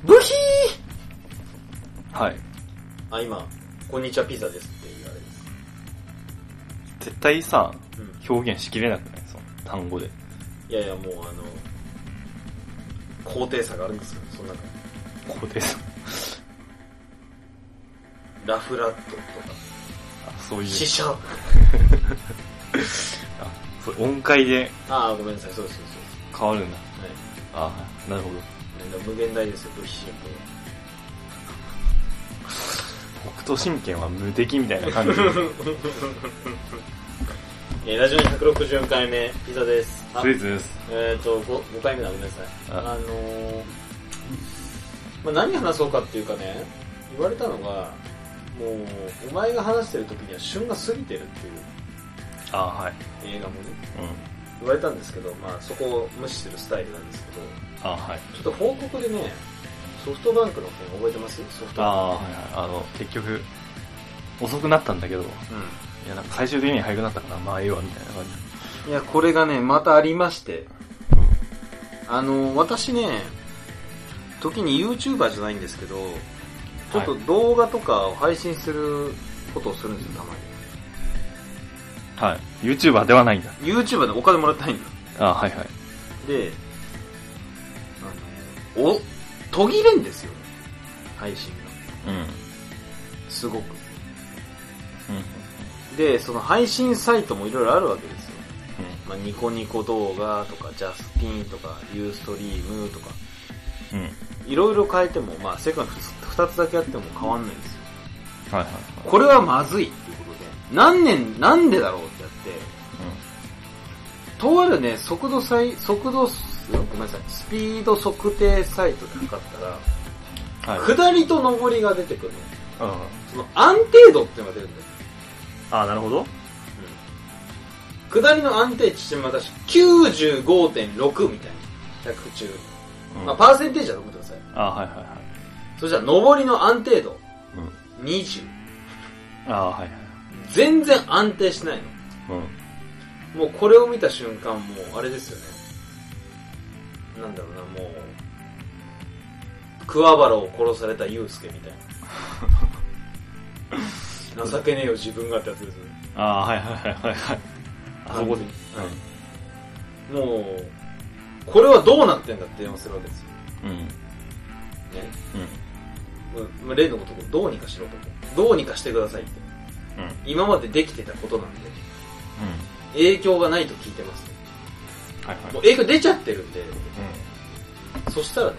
ブヒー。はい。 あ、今、こんにちはピザですって言われです。 絶対さ、表現しきれなくない？その単語で。 いやいや、もう高低差があるんですよ、その中に。 高低差。 ラフラットとか。 あ、そういう。 死者。 あ、それ音階で。 ああ、ごめんなさい、そうです。 変わるんだ。 はい。 ああ、なるほど。 無限大ですよ、ブヒシン北斗神拳は無敵みたいな感じ。 ラジオ164回目、ピザです。 スイーツです。 5回目だ、ごめんなさい。何話そうかっていうかね、言われたのが、もう、お前が話してる時には旬が過ぎてるっていう。 あ、はい。 映画もね。言われたんですけど、そこを無視するスタイルなんですけど、 はい。 ちょっと報告でね、ソフトバンクの件覚えてます？ソフトバンク。 はいはい。結局、遅くなったんだけど、いや、なんか最終的に早くなったから、まあええわ、みたいな感じ。いや、これがね、またありまして、私ね、時に YouTuber じゃないんですけど、ちょっと動画とかを配信することをするんですよ、たまに。 はい。YouTuber ではないんだ。 YouTuber でお金もらってないんだ。 はいはい。 で、途切れんですよ、配信が。すごく。で、その配信サイトもいろいろあるわけですよ。ニコニコ動画とか、ジャスティンとか、ユーストリームとか。いろいろ変えても、世界2つだけあっても変わんないんですよ。 はいはい。 これはまずいっていうことで、なんでだろうってやって、とあるね、ごめんなさい、スピード測定サイトで測ったら、下りと上りが出てくるの。その安定度っていうのが出るんだよ。 なるほど。 下りの安定値しても私 95.6 みたいな。100中。パーセンテージはどこください。 はいはいはい。 そしたら上りの安定度、20。 はいはい。 全然安定しないの。もうこれを見た瞬間、もうあれですよね。なんだろうな、もう、桑原を殺された祐介みたいな。情けねえよ自分がってやつですよね。 はいはいはいはい。あそこで。 もう、これはどうなってんだって電話するわけですよ。ね。例のことをどうにかしろと。どうにかしてくださいって。今までできてたことなんで。影響がないと聞いてます。もう影響出ちゃってるんで。そしたらね、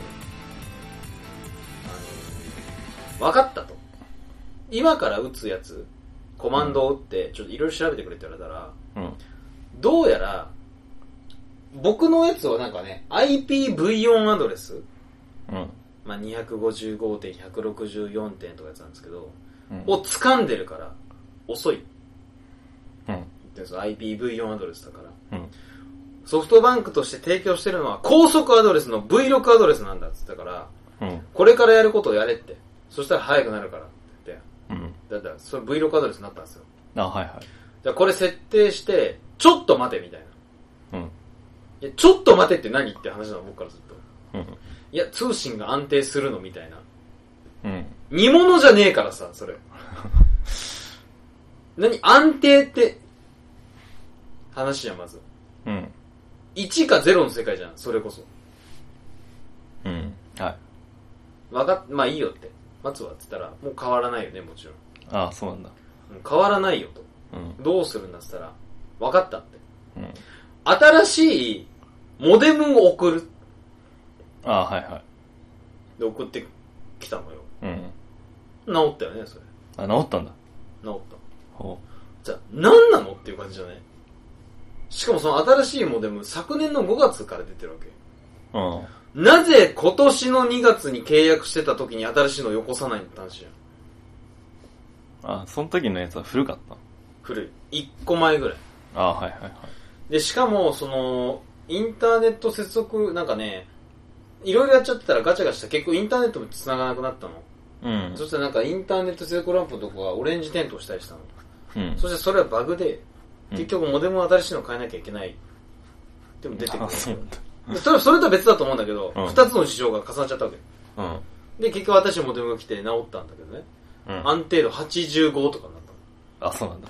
分かったと。今から打つやつ、コマンドを打って、ちょっといろいろ調べてくれって言われたら、どうやら、僕のやつはなんかね、IPv4 アドレス、255.164 点とかやつなんですけど、を掴んでるから遅い。IPv4 アドレスだから、ソフトバンクとして提供してるのは高速アドレスの V6 アドレスなんだって言ったから、これからやることをやれって。そしたら早くなるからって言って、だからそれ V6 アドレスになったんですよ。 はいはい。 じゃあこれ設定して、ちょっと待てみたいな。いや、ちょっと待てって何って話なの、僕からすると。いや、通信が安定するのみたいな。煮物じゃねえからさ、それ。安定って、話じゃん、まず。1か0の世界じゃん、それこそ。 はい。 まあいいよって。待つわって言ったら、もう変わらないよね、もちろん。 そうなんだ。 変わらないよと。どうするんだって言ったら、分かったって。新しいモデムを送る。 はいはい。 で、送ってきたのよ。治ったよね、それ。 治ったんだ。 治った。じゃあ、何なのっていう感じじゃない？しかもその新しいモデム、昨年の5月から出てるわけ。なぜ今年の2月に契約してた時に新しいのをよこさないんだ話じゃん。その時のやつは古かった？ 古い。1個前ぐらい。 はいはいはい。 で、しかも、インターネット接続、なんかね、いろいろやっちゃってたらガチャガチャ結構インターネットも繋がなくなったの。そしたらなんかインターネット接続ランプのとこがオレンジ点灯したりしたの。そしてそれはバグで、結局モデムを新しいの変えなきゃいけない。でも出てくる。それとは別だと思うんだけど、2つの事情が重なっちゃったわけ。 で、結局私モデルが来て治ったんだけどね。安定度85とかになったの。あ、そうなんだ。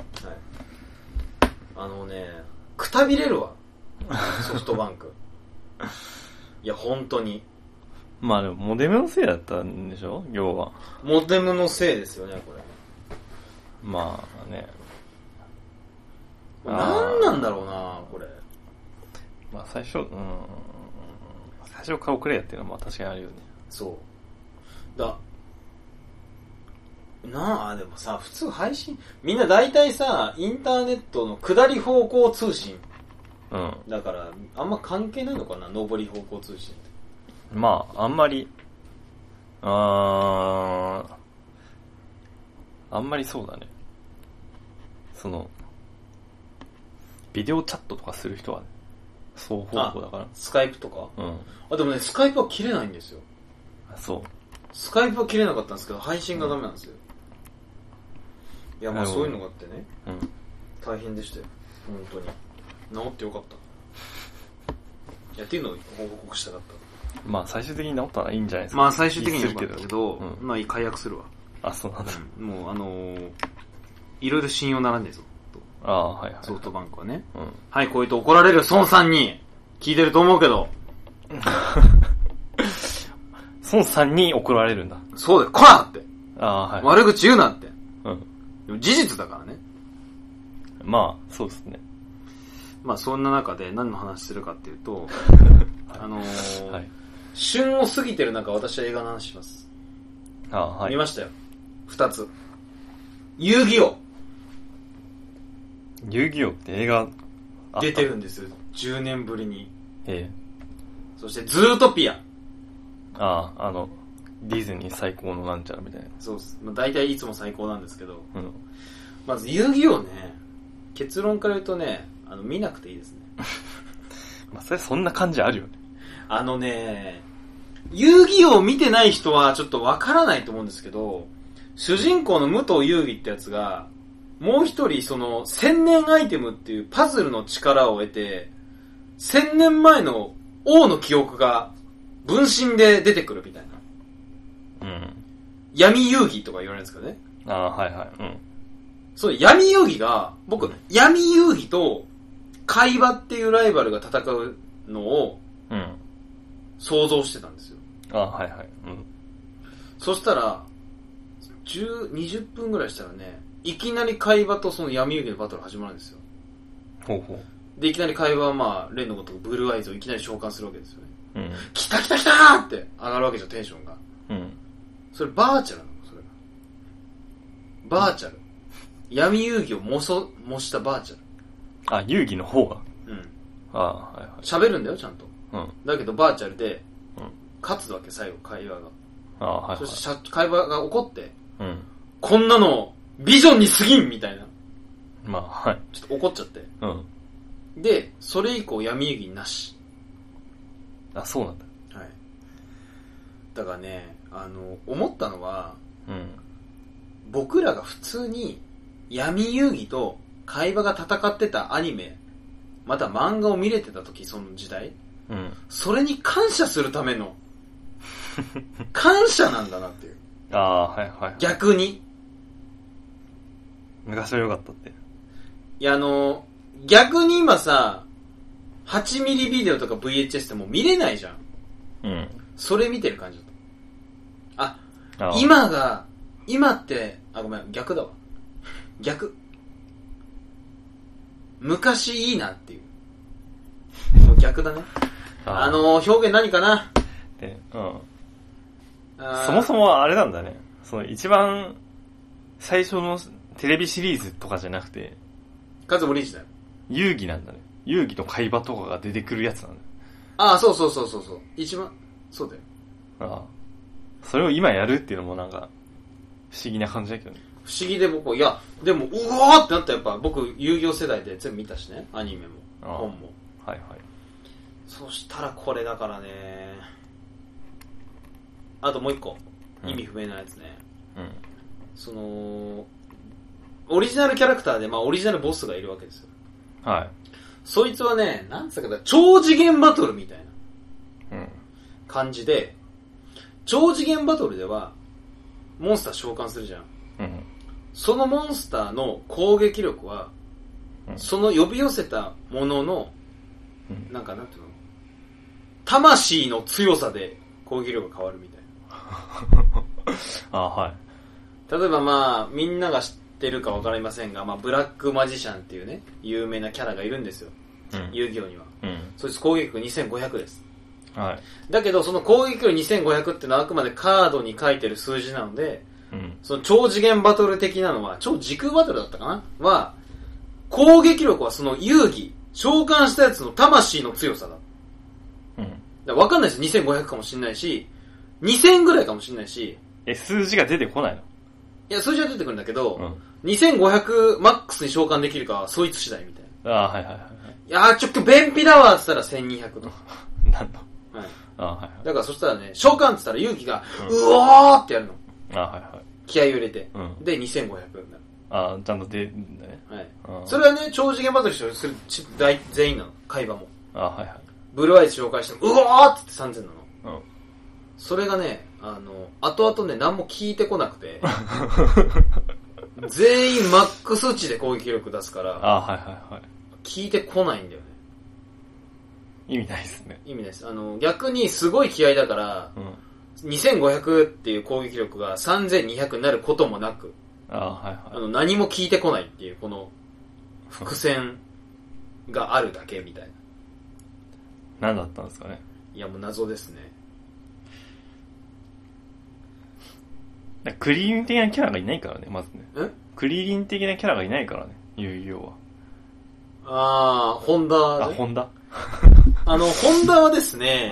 はい。くたびれるわ。ソフトバンク。いや、本当に。 まあでも、モデムのせいだったんでしょ要は。 モデムのせいですよね、これ。 まあね。 何なんだろうな、これ。 まあ最初顔くれやっていうのはまあ確かにあるよね。 そう。でもさ、普通配信、みんな大体さ、インターネットの下り方向通信。だから、あんま関係ないのかな、上り方向通信って。 まあ、あんまり、あんまりそうだね。ビデオチャットとかする人は、ね、双方向だから。 スカイプとかでもね、スカイプは切れないんですよ。 そう。 スカイプは切れなかったんですけど、配信がダメなんですよ。いや、まあそういうのがあってね。大変でしたよ。本当に。治ってよかった。いや、っていうのを報告したかった。 まあ最終的に治ったらいいんじゃないですか。 まあ最終的にはよかったけど、まあ解約するわ。 あ、そうなんだ。 もういろいろ信用ならねえぞ。 はいはい。 ソフトバンクはね。はい、こう言うと怒られる孫さんに聞いてると思うけど。 孫さんに怒られるんだ。 そうだよ、こらって。 はい。 悪口言うなって。でも事実だからね。 まあ、そうですね。 まあそんな中で何の話するかっていうと、 はい、 旬を過ぎてる中、私は映画の話します。 はい。 見ましたよ。2つ。遊戯王。 遊戯王って映画出てるんですよ。10年ぶりに。 ええ。 そしてズートピア。 ディズニー最高のなんちゃらみたいな。 そうです。まあ、大体いつも最高なんですけど、まず遊戯王ね、結論から言うとね、見なくていいですね。 まあそれそんな感じあるよね。遊戯王見てない人はちょっとわからないと思うんですけど、主人公の武藤遊戯ってやつが、もう一人千年アイテムっていうパズルの力を得て、1000年前の王の記憶が分身で出てくるみたいな。闇遊戯とか言われるんですけどね。 はいはい。 そう、闇遊戯が、僕、闇遊戯と海馬っていうライバルが戦うのを、想像してたんですよ。 はいはい。 そしたら、20分ぐらいしたらね、いきなり海馬とその闇遊戯のバトル始まるんですよ。 ほうほう。 で、いきなり海馬はまあ、例のごとくブルーアイズをいきなり召喚するわけですよね。来た来た来たーって上がるわけじゃん、テンションが。それバーチャルなの、それが。バーチャル。闇遊戯を模したバーチャル。遊戯の方が。 はいはい。喋るんだよ、ちゃんと。だけどバーチャルで、勝つわけ、最後、会話が。 はいはい。 そして会話が起こって、こんなの、ビジョンに過ぎんみたいな。 まあ、はい。 ちょっと怒っちゃって。で、それ以降闇遊戯なし。 そうなんだ。 はい。だからね、思ったのは、僕らが普通に闇遊戯と海馬が戦ってたアニメ、また漫画を見れてた時、その時代、それに感謝するための感謝なんだなっていう。 はいはい。 逆に。 昔は良かったって。 いや逆に今さ、8ミリビデオとか VHS ってもう見れないじゃん。それ見てる感じだった。今って、ごめん、逆だわ。逆。昔いいなっていう。もう逆だね。表現何かな。 そもそもあれなんだね。一番最初のテレビシリーズとかじゃなくて、 カズオリジナル。 遊戯なんだね。遊戯と海馬とかが出てくるやつなんだ。そうそうそうそうそう。一番、そうだよ。 それを今やるっていうのもなんか、不思議な感じだけどね。 不思議で僕は、いや、でも、うわーってなったらやっぱ僕、遊戯王世代で全部見たしね。アニメも、本も。 はいはい。 そしたらこれだからね。あともう一個、意味不明なやつね。オリジナルキャラクターで、オリジナルボスがいるわけですよ。 はい。 そいつはね、なんつったか超次元バトルみたいな感じで、 超次元バトルでは、モンスター召喚するじゃん。うん。そのモンスターの攻撃力は、うん、その呼び寄せたものの、うん、なんていうの、魂の強さで攻撃力が変わるみたいな。 はい。 例えばみんなが知ってるかわかりませんが、ブラックマジシャンっていうね、有名なキャラがいるんですよ。うん、遊戯王には。うん。そいつ攻撃力2500です。はい。だけど、その攻撃力2500ってのはあくまでカードに書いてる数字なので、うん、その超次元バトル的なのは、超時空バトルだったかなは、攻撃力はその遊戯、召喚したやつの魂の強さだ。うん。だわかんないです。2500かもしんないし、2000ぐらいかもしんないし。 数字が出てこないの？ いや、数字は出てくるんだけど、うん、2500マックスに召喚できるかはそいつ次第みたいな。 ああ、はいはいはい。 いやー、便秘だわって言ったら1200とか。 なんだ。はい。あはいはい。 だからそしたらね、召喚って言ったら勇気が、うおーってやるの。 あはいはい。 気合を入れて。うん、で、2500になる。 あちゃんと出るんだね。 はい。それはね、超次元バトルする全員なの。会話も。 はいはい。ブルーアイズ紹介しても、うおーって言って3000なの。うん。それがね、後々ね、何も聞いてこなくて、全員マックス値で攻撃力出すから、はいはいはい。聞いてこないんだよね。 意味ないですね。 意味ないです。逆にすごい気合だから、うん、2500っていう攻撃力が3200になることもなく、はいはい。何も聞いてこないっていう、この、伏線があるだけみたいな。何だったんですかね。 いや、もう謎ですね。 クリリン的なキャラがいないからね、まずね。クリリン的なキャラがいないからね、遊戯王は。 ホンダ。 ホンダホンダはですね、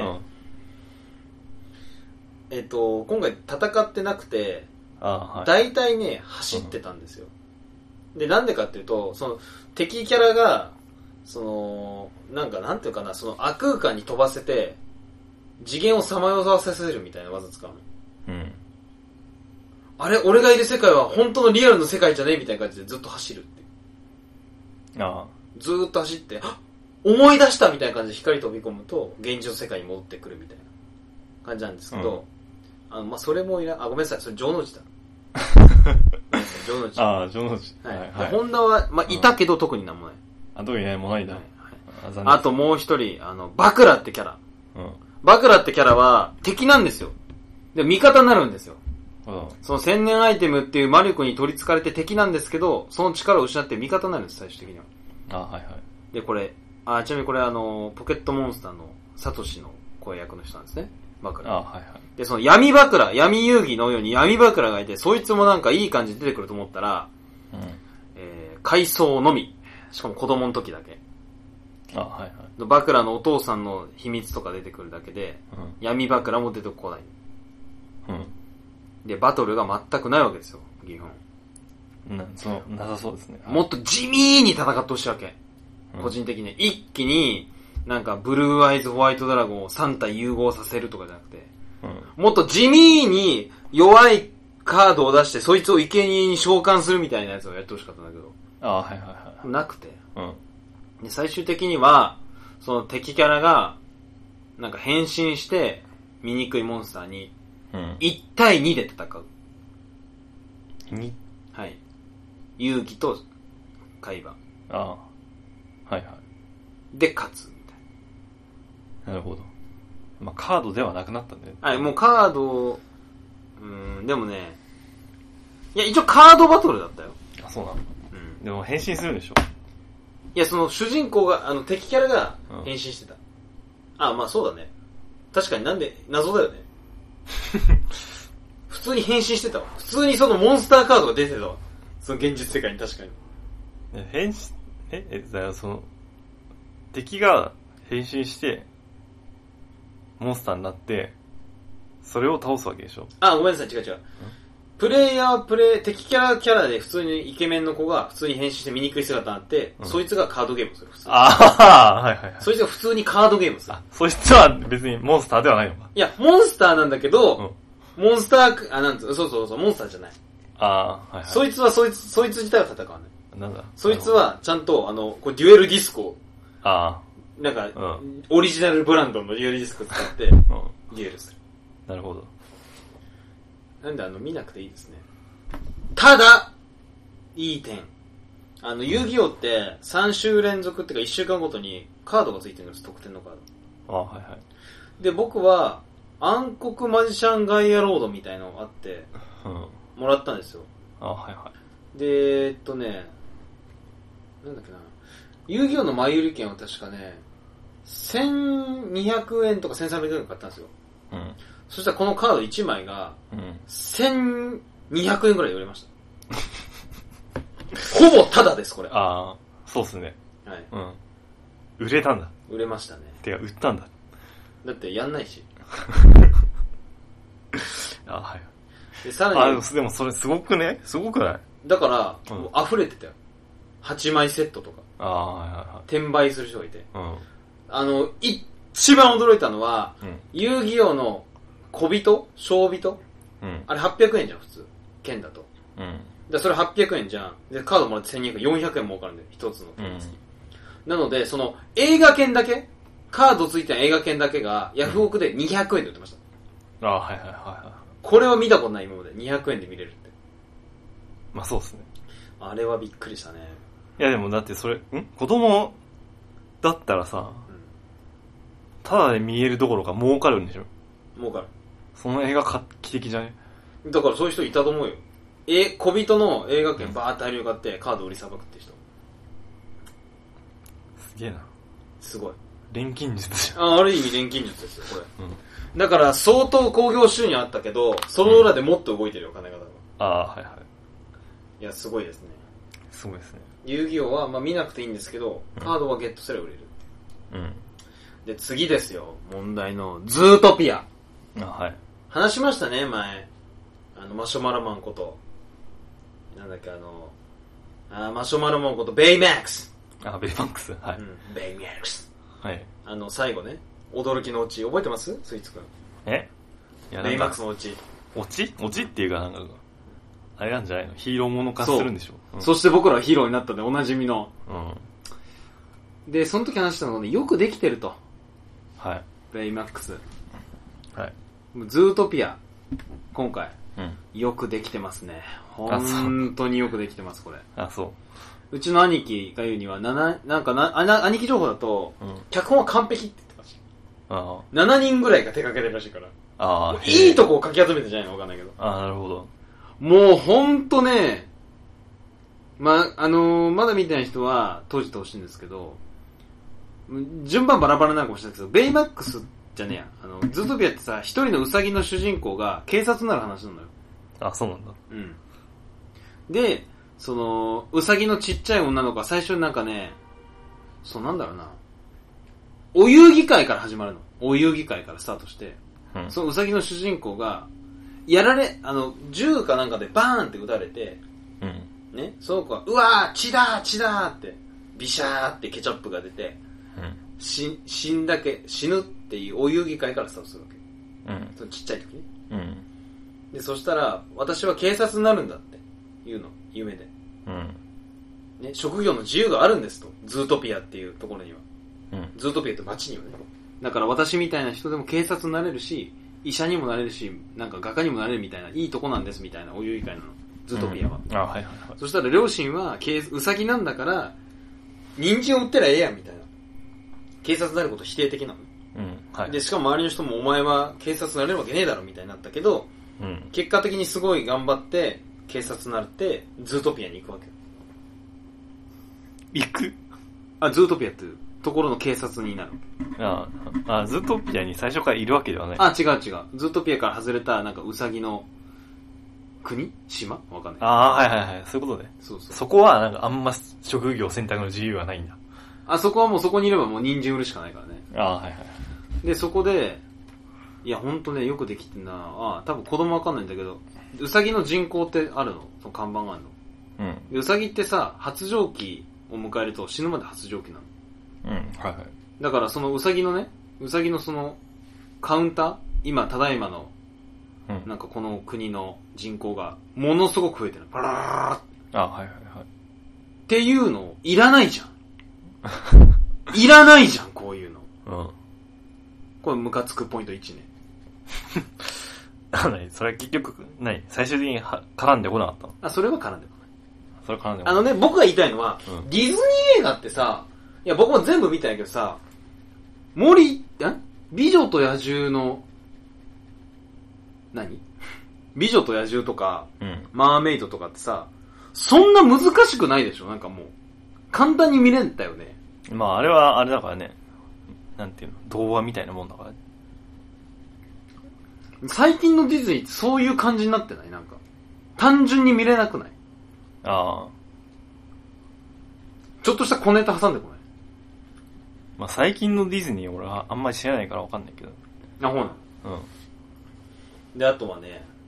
うん、今回戦ってなくて、はい、大体ね、走ってたんですよ。うん、で、なんでかっていうと、その、敵キャラが、なんていうかな、その悪空間に飛ばせて、次元をさまよわさせるみたいな技使うの。うん。あれ、俺がいる世界は本当のリアルの世界じゃねえみたいな感じでずっと走るって。ああ。ずーっと走って、思い出したみたいな感じで光飛び込むと、現実の世界に戻ってくるみたいな感じなんですけど、うん、それもごめんなさい、それ城之内だ。城之内。 ああ、城之内。 はい。はい、ホンダは、いたけど特になんもない。 特にもないんだ。はいはい、あともう一人、バクラってキャラ。うん。バクラってキャラは敵なんですよ。で、味方になるんですよ。その千年アイテムっていう魔力に取り憑かれて敵なんですけど、その力を失って味方になるんです、最終的には。はいはい。で、これ、ちなみにこれポケットモンスターのサトシの声役の人なんですね。バクラ。はいはい。で、その闇バクラ、闇遊戯のように闇バクラがいて、そいつもなんかいい感じで出てくると思ったら、うん。回想のみ。しかも子供の時だけ。はいはい。バクラのお父さんの秘密とか出てくるだけで、うん、闇バクラも出てこない。うん。で、バトルが全くないわけですよ、基本。 なさそうですね。 もっと地味に戦ってほしいわけ。うん、個人的に。一気に、なんか、ブルーアイズホワイトドラゴンを3体融合させるとかじゃなくて、うん、もっと地味に弱いカードを出して、そいつを生贄に召喚するみたいなやつをやってほしかったんだけど。はいはいはい。なくて。うん。で、最終的には、その敵キャラが、なんか変身して、醜いモンスターに、1対2で戦う。 2? はい。勇気と海馬。ああ。 はいはい。 で、勝つみたいな。なるほど。カードではなくなったんだよね。 はい、もうカード、でもね、いや、一応カードバトルだったよ。 あ、そうなの？うん。でも変身するんでしょ？ いや、その主人公が、敵キャラが変身してた。そうだね。確かになんで、謎だよね。普通に変身してたわ。普通にそのモンスターカードが出てたわ。その現実世界に確かに。 だからその、敵が変身して、モンスターになって、それを倒すわけでしょ？ ごめんなさい、違う。プレイヤー敵キャラで普通にイケメンの子が普通に変身して醜い姿になって、そいつがカードゲームをする。 はいはい。 そいつが普通にカードゲームをする。 そいつは別にモンスターではないのか？ いや、モンスターなんだけど、モンスター、なんつう、そう、モンスターじゃない。 はいはい。 そいつ自体は戦わない。 なんだ？ そいつはちゃんと、こうデュエルディスコ。なんか、オリジナルブランドのデュエルディスコ使って、デュエルする。 なるほど。 なんで見なくていいですね。ただ、いい点。遊戯王って3週連続っていうか1週間ごとにカードがついてるんです、特典のカード。あ、はいはい。 で、僕は、暗黒マジシャンガイアロードみたいなのがあって、もらったんですよ。 あ、はいはい。 で、なんだっけな。遊戯王の前売り券は確かね、1200円とか1300円買ったんですよ。うん。そしたらこのカード1枚が、1200円ぐらい売れました。ほぼタダです、これ。 ああ、そうっすね。 はい。 うん。売れたんだ。 売れましたね。 てか、売ったんだ。 だってやんないし。 あ、はい。 で、さらに。 でもそれすごくね？すごくない？ だから、溢れてたよ。8枚セットとか。 ああ、はいはいはい。 転売する人がいて。 うん。 一番驚いたのは、遊戯王の小人小人、あれ800円じゃん、普通。剣だと。で、それ800円じゃん。で、カードもらって1200円、400円儲かるんで、一つの剣付き。なので、その、映画券だけカードついてる映画券だけが、ヤフオクで200円で売ってました。 ああ、はいはいはいはい。 これは見たことない今まで。200円で見れるって。 まあそうですね。あれはびっくりしたね。 いやでもだってそれ、子供だったらさ、ただで見えるどころか儲かるんでしょ？ 儲かる。 その映画画期的じゃね？ だからそういう人いたと思うよ。小人の映画券バーって大量買ってカード売りさばくって人。 すげえな。 すごい。 錬金術じゃん。ある意味錬金術ですよ、これ。だから相当興行収入あったけど、その裏でもっと動いてるよ、金が。 ああ、はいはい。 いや、すごいですね。 すごいですね。 遊戯王は、まあ見なくていいんですけど、カードはゲットすれば売れる。で、次ですよ。問題の、ズートピア。 あ、はい。 話しましたね、前。マシュマロマンこと。なんだっけ、マシュマロマンこと、ベイマックス。 あ、ベイマックス。はい。 ベイマックス。 はい。 最後ね、驚きのオチ、覚えてますスイーツくん。 ベイマックスのオチ。 オチっていうかなんか、あれなんじゃないの？ヒーローもの化するんでしょ？ そして僕らはヒーローになったんで、おなじみの。で、その時話したのがね、よくできてると。 はい。 ベイマックス。 はい。 ズートピア。今回。よくできてますね。本当によくできてます、これ。 あ、そう。 うちの兄貴が言うには、兄貴情報だと、脚本は完璧って言ってました。7人ぐらいが手掛けてるらしいから。いいとこをかき集めてじゃないのわかんないけど。 なるほど。 もうほんとね、まだ見てない人は閉じてほしいんですけど、順番バラバラなのかもしれないけど、ベイマックスじゃねえや。ズートピアってさ、一人のウサギの主人公が警察になる話なのよ。 あ、そうなんだ。 で、ウサギのちっちゃい女の子が最初になんかね、なんだろうな。お遊戯会から始まるの。お遊戯会からスタートして、そのウサギの主人公が、銃かなんかでバーンって撃たれて、ね、その子が、うわー、血だーって、ビシャーってケチャップが出て、死ぬっていうお遊戯会からスタートするわけ。そのちっちゃい時ね。で、そしたら、私は警察になるんだっていうの、夢で。ね、職業の自由があるんですと。ズートピアっていうところには。ズートピアって街にはね。だから私みたいな人でも警察になれるし、医者にもなれるし、なんか画家にもなれるみたいな、いいとこなんですみたいなお遊戯会なの。ズートピアは。 はいはいはい。 そしたら両親は、ウサギなんだから、人参を売ったらええやんみたいな。警察になること否定的なの。はい。で、しかも周りの人もお前は警察になれるわけねえだろみたいになったけど、結果的にすごい頑張って、警察になって、ズートピアに行くわけ。 行く？ ズートピアっていうところの警察になる。 ズートピアに最初からいるわけではない。 違う。ズートピアから外れた、なんかウサギの国？島？わかんない。 はいはいはい。そういうことね。 そう。 そこはなんかあんま職業選択の自由はないんだ。 そこはもうそこにいればもう人参売るしかないからね。 はいはい。 で、そこで、いやほんとね、よくできてんな。多分子供わかんないんだけど、ウサギの人口ってあるの？その看板があるの。ウサギってさ、発情期を迎えると死ぬまで発情期なの。 はいはい。 だからそのウサギのそのカウンター、今ただいまの、なんかこの国の人口がものすごく増えてる。パラーはいはいはい。 っていうのいらないじゃん。いらないじゃん、こういうの。これムカつくポイント1ね。 それは結局、最終的に絡んでこなかったの？ あ、それは絡んでこない。 それ絡んでこない。 僕が言いたいのは、ディズニー映画ってさ、いや、僕も全部見たんやけどさ、美女と野獣の、美女と野獣とか、マーメイドとかってさ、そんな難しくないでしょ？なんかもう、簡単に見れんだよね。 まあ、あれは、あれだからね、なんていうの、童話みたいなもんだからね。 最近のディズニーってそういう感じになってない？なんか、単純に見れなくない？ ああ。 ちょっとした小ネタ挟んでこない？ まあ、最近のディズニー俺はあんまり知らないからわかんないけど。 あ、ほうなの。で、あとはね、